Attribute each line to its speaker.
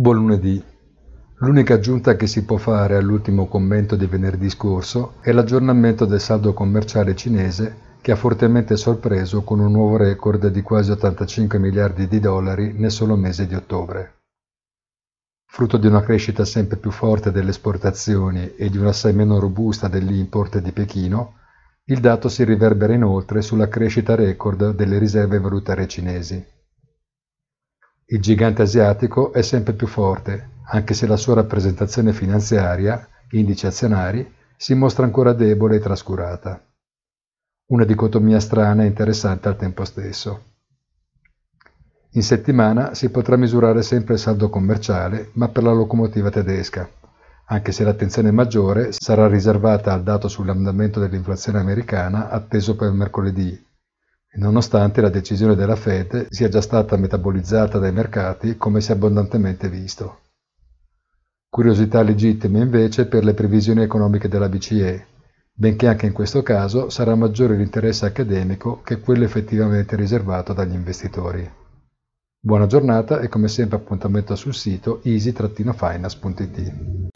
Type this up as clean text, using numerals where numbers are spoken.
Speaker 1: Buon lunedì. L'unica aggiunta che si può fare all'ultimo commento di venerdì scorso è l'aggiornamento del saldo commerciale cinese che ha fortemente sorpreso con un nuovo record di quasi 85 miliardi di dollari nel solo mese di ottobre. Frutto di una crescita sempre più forte delle esportazioni e di una assai meno robusta dell'import di Pechino, il dato si riverbera inoltre sulla crescita record delle riserve valutarie cinesi. Il gigante asiatico è sempre più forte, anche se la sua rappresentazione finanziaria, indici azionari, si mostra ancora debole e trascurata. Una dicotomia strana e interessante al tempo stesso. In settimana si potrà misurare sempre il saldo commerciale, ma per la locomotiva tedesca, anche se l'attenzione maggiore sarà riservata al dato sull'andamento dell'inflazione americana atteso per mercoledì, nonostante la decisione della Fed sia già stata metabolizzata dai mercati come si è abbondantemente visto. Curiosità legittima invece per le previsioni economiche della BCE, benché anche in questo caso sarà maggiore l'interesse accademico che quello effettivamente riservato dagli investitori. Buona giornata e come sempre appuntamento sul sito easy-finance.it.